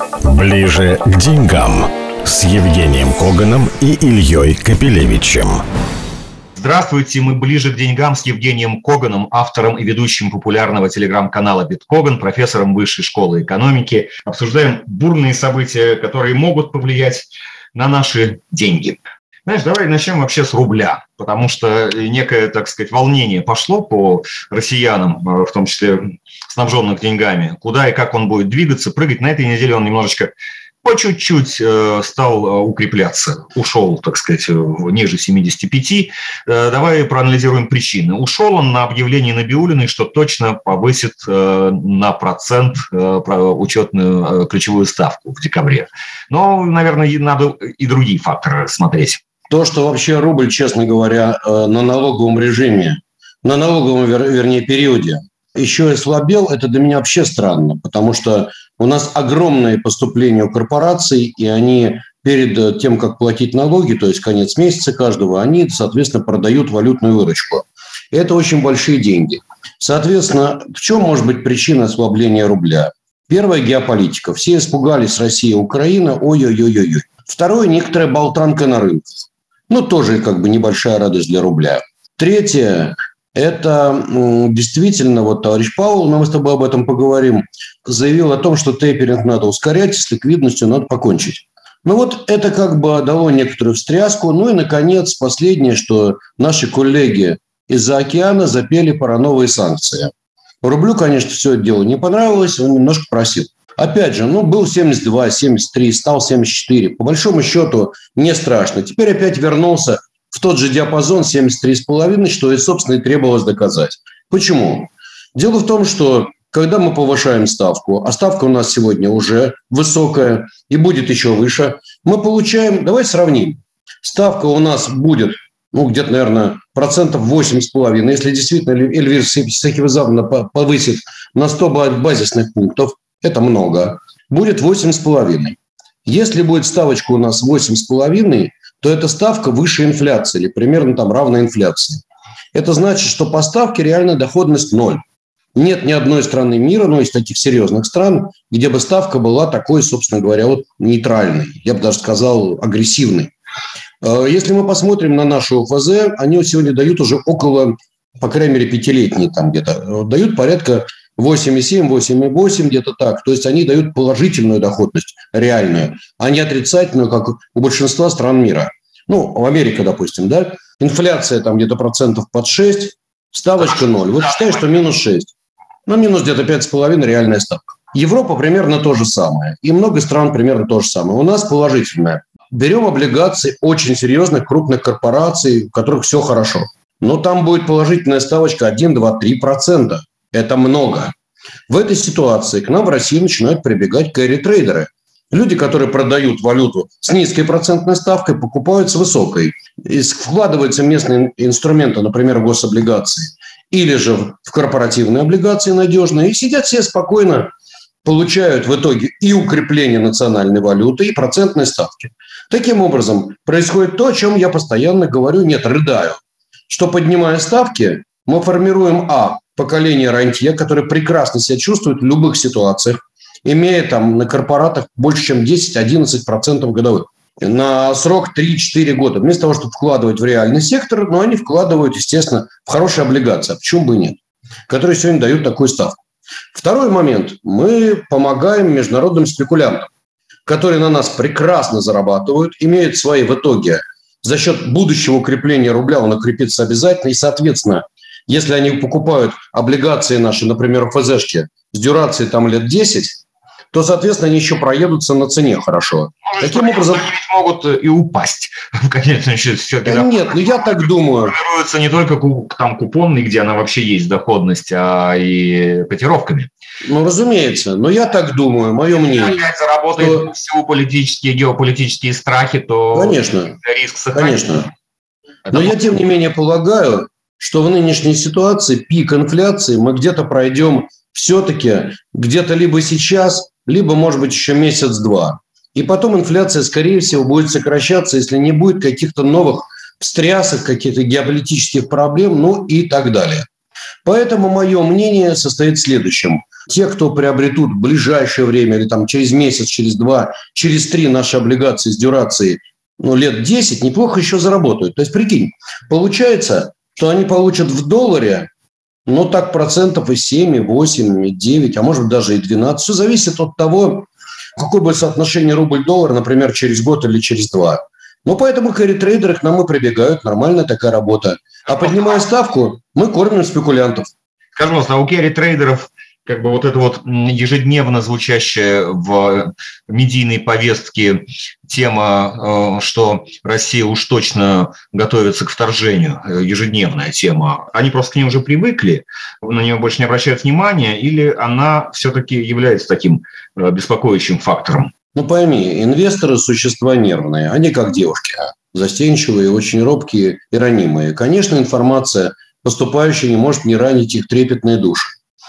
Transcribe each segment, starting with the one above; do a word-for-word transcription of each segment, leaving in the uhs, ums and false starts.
Ближе к деньгам с Евгением Коганом и Ильей Капелевичем. Здравствуйте, мы ближе к деньгам с Евгением Коганом, автором и ведущим популярного телеграм-канала «Биткоган», профессором Высшей школы экономики. Обсуждаем бурные события, которые могут повлиять на наши деньги. Знаешь, давай начнем вообще с рубля, потому что некое, так сказать, волнение пошло по россиянам, в том числе снабженных деньгами, куда и как он будет двигаться, прыгать. На этой неделе он немножечко по чуть-чуть стал укрепляться, ушел, так сказать, ниже семидесяти пяти. Давай проанализируем причины. Ушел он на объявлении Набиуллиной, что точно повысит на процент учетную ключевую ставку в декабре. Но, наверное, надо и другие факторы смотреть. То, что вообще рубль, честно говоря, на налоговом режиме, на налоговом, вернее, периоде еще и ослабел, это для меня вообще странно, потому что у нас огромные поступления у корпораций, и они перед тем, как платить налоги, то есть конец месяца каждого, они, соответственно, продают валютную выручку. И это очень большие деньги. Соответственно, в чем может быть причина ослабления рубля? Первая – геополитика. Все испугались Россия, Украина, ой-ой-ой-ой. Второе – некоторая болтанка на рынке. Ну, тоже как бы небольшая радость для рубля. Третье – это действительно, вот товарищ Паул, мы с тобой об этом поговорим, заявил о том, что тейперинг надо ускорять, с ликвидностью надо покончить. Ну вот это как бы дало некоторую встряску. Ну и, наконец, последнее, что наши коллеги из-за океана запели про новые санкции. Рублю, конечно, все это дело не понравилось, он немножко просил. Опять же, ну, был семьдесят два, семьдесят три, стал семьдесят четыре. По большому счету, не страшно. Теперь опять вернулся в тот же диапазон семьдесят три целых пять десятых, что и, собственно, и требовалось доказать. Почему? Дело в том, что когда мы повышаем ставку, а ставка у нас сегодня уже высокая и будет еще выше, мы получаем, давай сравним, ставка у нас будет, ну, где-то, наверное, процентов восемь с половиной, если действительно Эльвира Сахивзадовна повысит на сто базисных пунктов, это много, будет восемь с половиной. Если будет ставочка у нас восемь с половиной, то эта ставка выше инфляции или примерно там равна инфляции. Это значит, что по ставке реальная доходность ноль. Нет ни одной страны мира, но из таких серьезных стран, где бы ставка была такой, собственно говоря, вот нейтральной. Я бы даже сказал, агрессивной. Если мы посмотрим на нашу ОФЗ, они сегодня дают уже около, по крайней мере, пятилетние там где-то, дают порядка восемь и семь, восемь и восемь, где-то так. То есть они дают положительную доходность, реальную, а не отрицательную, как у большинства стран мира. Ну, в Америке, допустим, да, инфляция там где-то процентов под шесть, ставочка ноль. Вот считай, что минус шесть. Ну, минус где-то пять с половиной реальная ставка. Европа примерно то же самое. И много стран примерно то же самое. У нас положительная. Берем облигации очень серьезных крупных корпораций, у которых все хорошо. Но там будет положительная ставочка один, два, три процента. Это много. В этой ситуации к нам в России начинают прибегать кэрри-трейдеры. Люди, которые продают валюту с низкой процентной ставкой, покупают с высокой. И вкладываются в местные инструменты, например, гособлигации, или же в корпоративные облигации надежные, и сидят все спокойно, получают в итоге и укрепление национальной валюты, и процентной ставки. Таким образом, происходит то, о чем я постоянно говорю, нет, рыдаю, что, поднимая ставки, мы формируем, а, поколение рантье, которое прекрасно себя чувствует в любых ситуациях, имея там на корпоратах больше, чем десять-одиннадцать процентов годовых. На срок три-четыре года. Вместо того, чтобы вкладывать в реальный сектор, но они вкладывают, естественно, в хорошие облигации. А почему бы и нет? Которые сегодня дают такую ставку. Второй момент. Мы помогаем международным спекулянтам, которые на нас прекрасно зарабатывают, имеют свои в итоге за счет будущего укрепления рубля, он укрепится обязательно. И, соответственно, если они покупают облигации наши, например, ФЗшки с дюрацией там лет десять, то, соответственно, они еще проедутся на цене хорошо. Может, Таким образом, они могут и упасть в конечном счете. Да нет, ну я так думаю. Формируется не только там купонный, где она вообще есть доходность, а и котировками. Ну, разумеется. Но я так думаю, мое мнение. Если опять заработают что... всего политические, геополитические страхи, то конечно, риск сохранится. Конечно. Это Но я, тем не менее, полагаю, что в нынешней ситуации пик инфляции мы где-то пройдем все-таки где-то либо сейчас, либо, может быть, еще месяц-два. И потом инфляция, скорее всего, будет сокращаться, если не будет каких-то новых встрясок, каких-то геополитических проблем, ну и так далее. Поэтому мое мнение состоит в следующем. Те, кто приобретут в ближайшее время, или там через месяц, через два, через три наши облигации с дюрацией, ну, лет десять, неплохо еще заработают. То есть, прикинь, получается, что они получат в долларе, ну, так процентов и семь, и восемь, и девять, а может быть даже и двенадцать. Все зависит от того, какое будет соотношение рубль-доллар, например, через год или через два. Ну, поэтому кэрри-трейдеры к нам и прибегают. Нормальная такая работа. А поднимая ставку, мы кормим спекулянтов. Скажи, пожалуйста, а у кэрри-трейдеров как бы вот это вот ежедневно звучащая в медийной повестке тема, что Россия уж точно готовится к вторжению, ежедневная тема, они просто к ней уже привыкли, на нее больше не обращают внимания, или она все-таки является таким беспокоящим фактором? Ну, пойми, инвесторы – существа нервные, они как девушки, застенчивые, очень робкие и ранимые. Конечно, информация, поступающая, не может не ранить их трепетные души.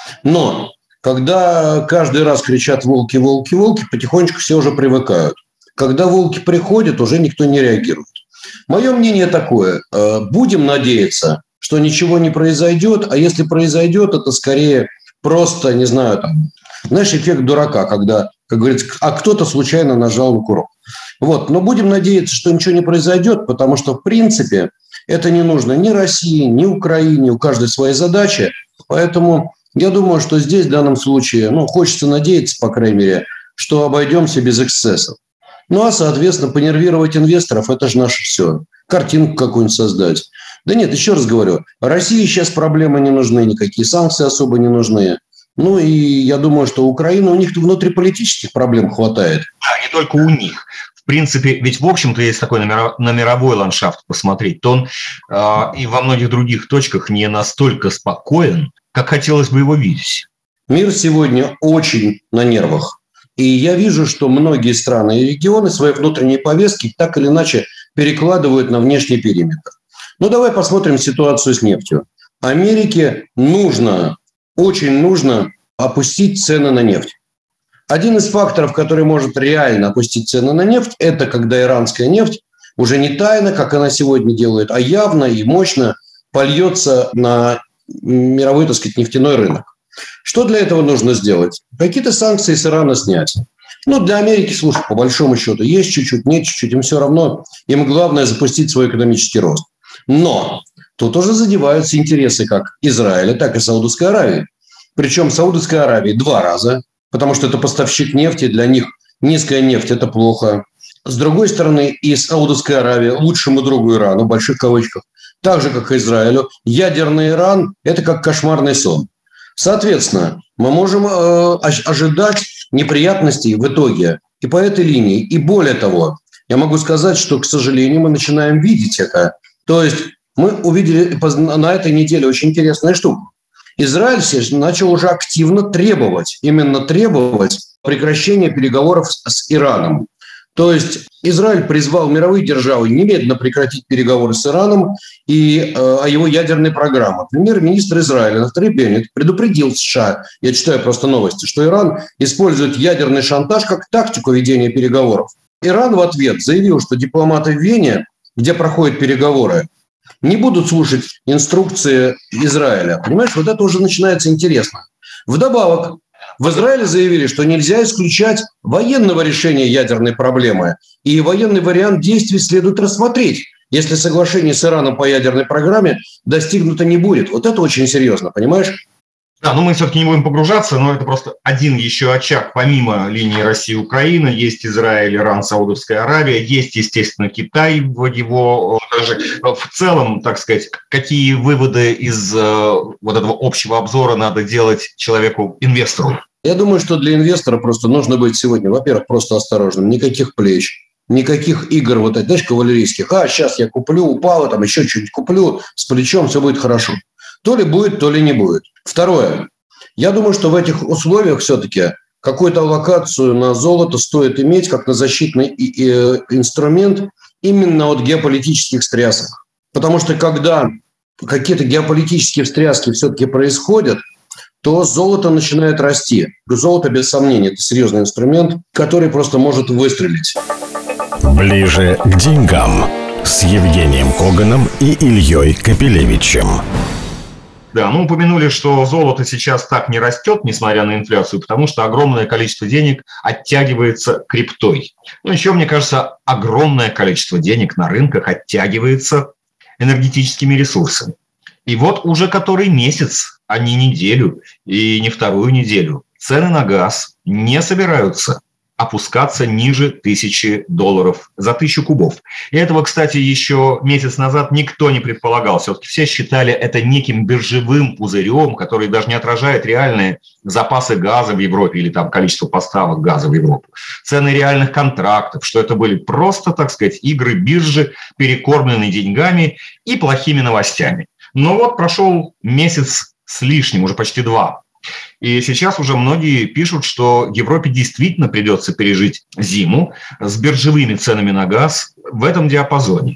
Но когда каждый раз кричат «волки, волки, волки», потихонечку все уже привыкают. Когда волки приходят, уже никто не реагирует. Мое мнение такое. Будем надеяться, что ничего не произойдет, а если произойдет, это скорее просто, не знаю, там, знаешь, эффект дурака, когда, как говорится, а кто-то случайно нажал на курок. Вот. Но будем надеяться, что ничего не произойдет, потому что, в принципе, это не нужно ни России, ни Украине, у каждой свои задачи. Поэтому я думаю, что здесь в данном случае, ну, хочется надеяться, по крайней мере, что обойдемся без эксцессов. Ну, а, соответственно, понервировать инвесторов – это же наше все. Картинку какую-нибудь создать. Да нет, еще раз говорю, России сейчас проблемы не нужны, никакие санкции особо не нужны. Ну, и я думаю, что Украина, у них внутриполитических проблем хватает. А не только у них. В принципе, ведь в общем-то, если такой на мировой ландшафт посмотреть, то он э, и во многих других точках не настолько спокоен, как хотелось бы его видеть. Мир сегодня очень на нервах. И я вижу, что многие страны и регионы свои внутренние повестки так или иначе перекладывают на внешний периметр. Ну, давай посмотрим ситуацию с нефтью. Америке нужно, очень нужно опустить цены на нефть. Один из факторов, который может реально опустить цены на нефть, это когда иранская нефть уже не тайно, как она сегодня делает, а явно и мощно польется на мировой, так сказать, нефтяной рынок. Что для этого нужно сделать? Какие-то санкции с Ирана снять. Ну, для Америки, слушай, по большому счету, есть чуть-чуть, нет чуть-чуть, им все равно. Им главное запустить свой экономический рост. Но тут уже задеваются интересы как Израиля, так и Саудовской Аравии. Причем Саудовской Аравии два раза, потому что это поставщик нефти, для них низкая нефть – это плохо. С другой стороны, и Саудовская Аравия лучшему другу Ирану, в больших кавычках, так же, как и Израилю, ядерный Иран – это как кошмарный сон. Соответственно, мы можем э, ожидать неприятностей в итоге и по этой линии. И более того, я могу сказать, что, к сожалению, мы начинаем видеть это. То есть мы увидели на этой неделе очень интересную штуку. Израиль начал уже активно требовать, именно требовать прекращения переговоров с Ираном. То есть Израиль призвал мировые державы немедленно прекратить переговоры с Ираном и э, о его ядерной программе. Премьер-министр Израиля Нафтали Беннет предупредил США, я читаю просто новости, что Иран использует ядерный шантаж как тактику ведения переговоров. Иран в ответ заявил, что дипломаты в Вене, где проходят переговоры, не будут слушать инструкции Израиля. Понимаешь, вот это уже начинается интересно. Вдобавок, в Израиле заявили, что нельзя исключать военного решения ядерной проблемы. И военный вариант действий следует рассмотреть, если соглашение с Ираном по ядерной программе достигнуто не будет. Вот это очень серьезно, понимаешь? Да, ну мы все-таки не будем погружаться, но это просто один еще очаг, помимо линии России-Украины. Есть Израиль, Иран, Саудовская Аравия, есть, естественно, Китай, его даже в целом, так сказать, какие выводы из вот этого общего обзора надо делать человеку-инвестору? Я думаю, что для инвестора просто нужно быть сегодня, во-первых, просто осторожным, никаких плеч, никаких игр вот этих, знаешь, кавалерийских. А, сейчас я куплю, упало, там еще что-нибудь куплю, с плечом все будет хорошо. То ли будет, то ли не будет. Второе. Я думаю, что в этих условиях все-таки какую-то аллокацию на золото стоит иметь как на защитный инструмент именно от геополитических встрясок. Потому что когда какие-то геополитические встряски все-таки происходят, то золото начинает расти. Золото, без сомнения, это серьезный инструмент, который просто может выстрелить. Ближе к деньгам с Евгением Коганом и Ильей Капелевичем. Да, мы упомянули, что золото сейчас так не растет, несмотря на инфляцию, потому что огромное количество денег оттягивается криптой. Ну, еще, мне кажется, огромное количество денег на рынках оттягивается энергетическими ресурсами. И вот уже который месяц, а не неделю и не вторую неделю, цены на газ не собираются опускаться ниже тысячи долларов за тысячу кубов. И этого, кстати, еще месяц назад никто не предполагал. Все-таки все считали это неким биржевым пузырем, который даже не отражает реальные запасы газа в Европе или там количество поставок газа в Европу. Цены реальных контрактов, что это были просто, так сказать, игры биржи, перекормленные деньгами и плохими новостями. Но вот прошел месяц с лишним, уже почти два. И сейчас уже многие пишут, что Европе действительно придется пережить зиму с биржевыми ценами на газ в этом диапазоне.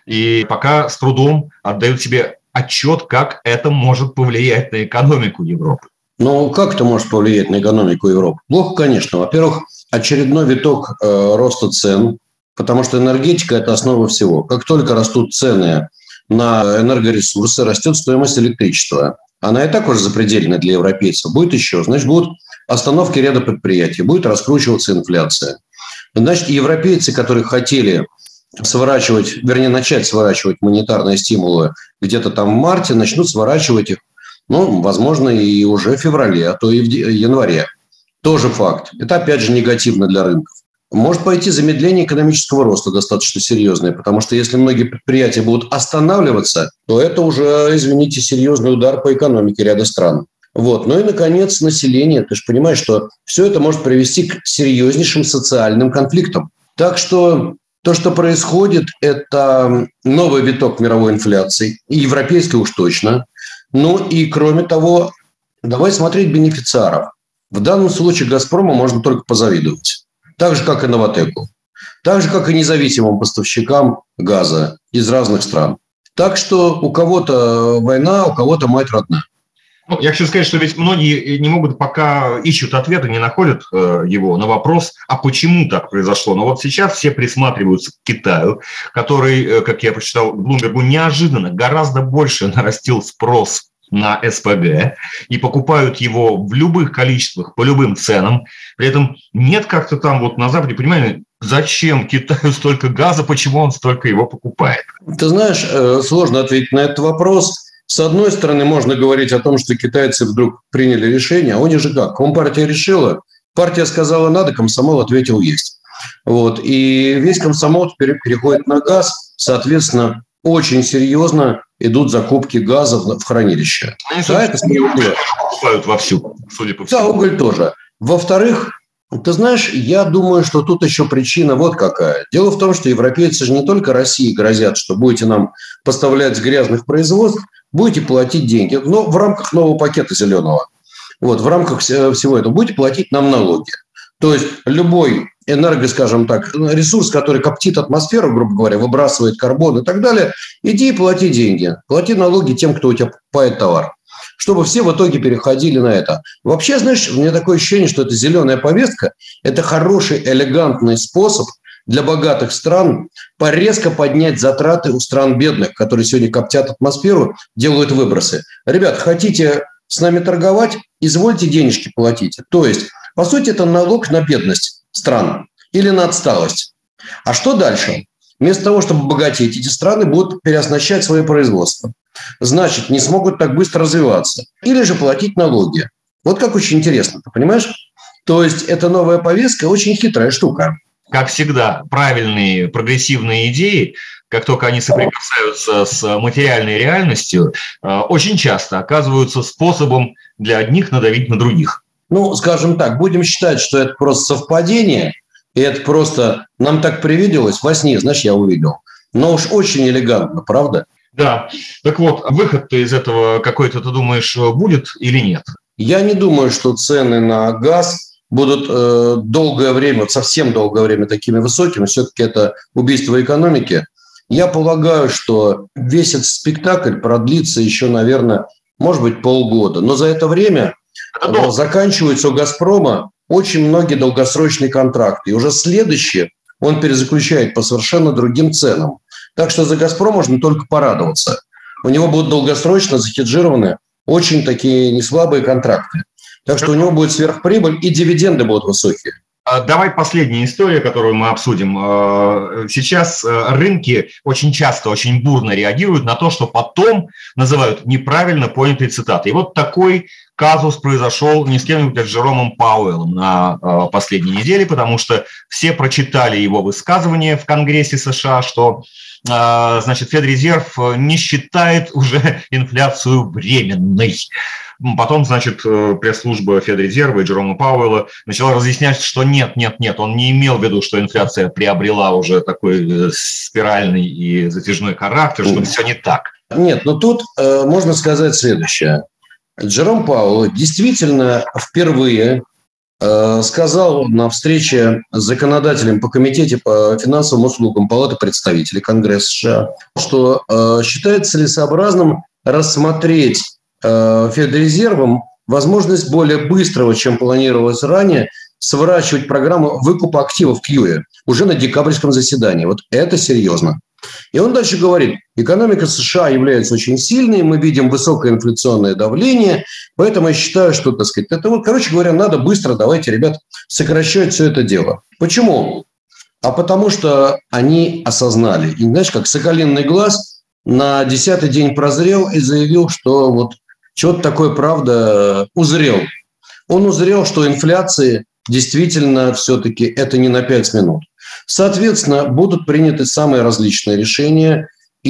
И пока с трудом отдают себе отчет, как это может повлиять на экономику Европы. Ну, как это может повлиять на экономику Европы? Плохо, конечно. Во-первых, очередной виток э, роста цен, потому что энергетика – это основа всего. Как только растут цены на энергоресурсы, растет стоимость электричества. Она и так уже запредельная для европейцев. Будет еще. Значит, будут остановки ряда предприятий, будет раскручиваться инфляция. Значит, европейцы, которые хотели сворачивать, вернее, начать сворачивать монетарные стимулы где-то там в марте, начнут сворачивать их, ну, возможно, и уже в феврале, а то и в январе. Тоже факт. Это, опять же, негативно для рынков. Может пойти замедление экономического роста достаточно серьезное, потому что если многие предприятия будут останавливаться, то это уже, извините, серьезный удар по экономике ряда стран. Вот. Ну и, наконец, население. Ты же понимаешь, что все это может привести к серьезнейшим социальным конфликтам. Так что то, что происходит, это новый виток мировой инфляции, и европейской уж точно. Ну и, кроме того, давай смотреть бенефициаров. В данном случае «Газпрому» можно только позавидовать. Так же, как и «Новатэку». Так же, как и независимым поставщикам газа из разных стран. Так что у кого-то война, у кого-то мать родная. Ну, я хочу сказать, что ведь многие не могут, пока ищут ответа, не находят э, его на вопрос, а почему так произошло. Но вот сейчас все присматриваются к Китаю, который, э, как я прочитал в Блумбергу, неожиданно гораздо больше нарастил спрос на СПГ и покупают его в любых количествах, по любым ценам. При этом нет как-то там вот на Западе, понимаете, зачем Китаю столько газа, почему он столько его покупает? Ты знаешь, сложно ответить на этот вопрос. С одной стороны, можно говорить о том, что китайцы вдруг приняли решение, а у них же как? Компартия решила, партия сказала надо, комсомол ответил есть. Вот. И весь комсомол теперь переходит на газ, соответственно, очень серьезно идут закупки газа в хранилище. Они, да, это справедливо. Покупают вовсю, судя по всему. Да, уголь тоже. Во-вторых, ты знаешь, я думаю, что тут еще причина вот какая. Дело в том, что европейцы же не только России грозят, что будете нам поставлять с грязных производств, будете платить деньги. Но в рамках нового пакета зеленого. Вот, в рамках всего этого будете платить нам налоги. То есть любой энерго, скажем так, ресурс, который коптит атмосферу, грубо говоря, выбрасывает карбон и так далее, иди и плати деньги. Плати налоги тем, кто у тебя покупает товар. Чтобы все в итоге переходили на это. Вообще, знаешь, у меня такое ощущение, что эта зеленая повестка – это хороший, элегантный способ для богатых стран порезко поднять затраты у стран бедных, которые сегодня коптят атмосферу, делают выбросы. Ребят, хотите с нами торговать? Извольте денежки платить. То есть, по сути, это налог на бедность стран или на отсталость. А что дальше? Вместо того, чтобы богатеть, эти страны будут переоснащать свое производство. Значит, не смогут так быстро развиваться. Или же платить налоги. Вот как очень интересно, ты понимаешь? То есть, эта новая повестка очень хитрая штука. Как всегда, правильные прогрессивные идеи, как только они соприкасаются с материальной реальностью, очень часто оказываются способом для одних надавить на других. Ну, скажем так, будем считать, что это просто совпадение, и это просто нам так привиделось во сне, знаешь, я увидел. Но уж очень элегантно, правда? Да. Так вот, выход-то из этого какой-то, ты думаешь, будет или нет? Я не думаю, что цены на газ будут э, долгое время, совсем долгое время такими высокими. Все-таки это убийство экономики. Я полагаю, что весь этот спектакль продлится еще, наверное, может быть, полгода. Но за это время это заканчиваются у «Газпрома» очень многие долгосрочные контракты. И уже следующие он перезаключает по совершенно другим ценам. Так что за «Газпром» можно только порадоваться. У него будут долгосрочно захеджированы очень такие неслабые контракты. Так что у него будет сверхприбыль, и дивиденды будут высокие. Давай последняя история, которую мы обсудим. Сейчас рынки очень часто, очень бурно реагируют на то, что потом называют неправильно понятой цитатой. И вот такой казус произошел не с кем-нибудь, а с Джеромом Пауэллом на последней неделе, потому что все прочитали его высказывание в Конгрессе США, что, значит, Федрезерв не считает уже инфляцию временной. Потом, значит, пресс-служба Федрезерва и Джерома Пауэлла начала разъяснять, что нет, нет, нет, он не имел в виду, что инфляция приобрела уже такой спиральный и затяжной характер, что все не так. Нет, но тут э, можно сказать следующее. Джером Пауэлл действительно впервые э, сказал на встрече с законодателем по комитете по финансовым услугам Палаты представителей Конгресса США, что э, считает целесообразным рассмотреть Федрезервом возможность более быстрого, чем планировалось ранее, сворачивать программу выкупа активов кью и уже на декабрьском заседании. Вот это серьезно. И он дальше говорит, экономика США является очень сильной, мы видим высокое инфляционное давление, поэтому я считаю, что, так сказать, это вот, короче говоря, надо быстро, давайте, ребят, сокращать все это дело. Почему? А потому что они осознали. И знаешь, как соколиный глаз на десятый день прозрел и заявил, что вот что-то такое, правда, узрел. Он узрел, что инфляции действительно все-таки это не на пять минут. Соответственно, будут приняты самые различные решения.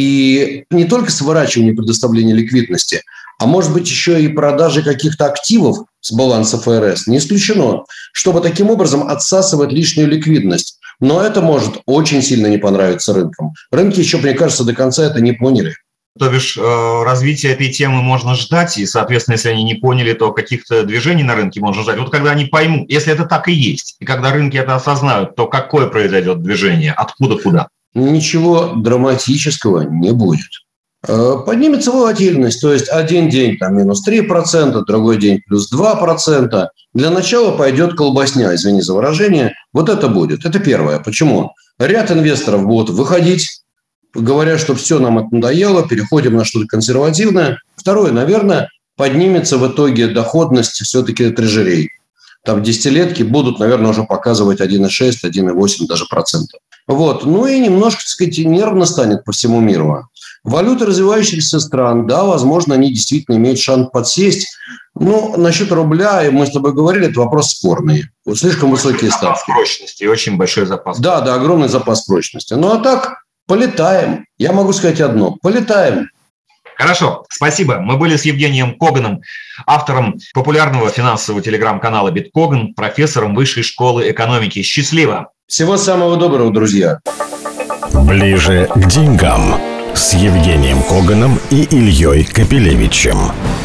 И не только сворачивание предоставления ликвидности, а может быть еще и продажи каких-то активов с баланса эф эр эс. Не исключено, чтобы таким образом отсасывать лишнюю ликвидность. Но это может очень сильно не понравиться рынкам. Рынки еще, мне кажется, до конца это не поняли. То бишь, развитие этой темы можно ждать, и, соответственно, если они не поняли, то каких-то движений на рынке можно ждать. Вот когда они поймут, если это так и есть, и когда рынки это осознают, то какое произойдет движение, откуда куда? Ничего драматического не будет. Поднимется волатильность, то есть один день там минус три процента, другой день плюс два процента. Для начала пойдет колбасня, извини за выражение. Вот это будет. Это первое. Почему? Ряд инвесторов будут выходить, говоря, что все, нам это надоело, переходим на что-то консервативное. Второе, наверное, поднимется в итоге доходность все-таки трежерей. Там десятилетки будут, наверное, уже показывать один и шесть, один и восемь даже процентов. Вот. Ну и немножко, так сказать, нервно станет по всему миру. Валюты развивающихся стран, да, возможно, они действительно имеют шанс подсесть. Но насчет рубля, мы с тобой говорили, это вопрос спорный. Вот слишком высокие ставки. Запас прочности, очень большой запас. Да, да, огромный запас прочности. Ну а так... Полетаем. Я могу сказать одно. Полетаем. Хорошо, спасибо. Мы были с Евгением Коганом, автором популярного финансового телеграм-канала «Биткоган», профессором Высшей школы экономики. Счастливо! Всего самого доброго, друзья. Ближе к деньгам с Евгением Коганом и Ильей Капелевичем.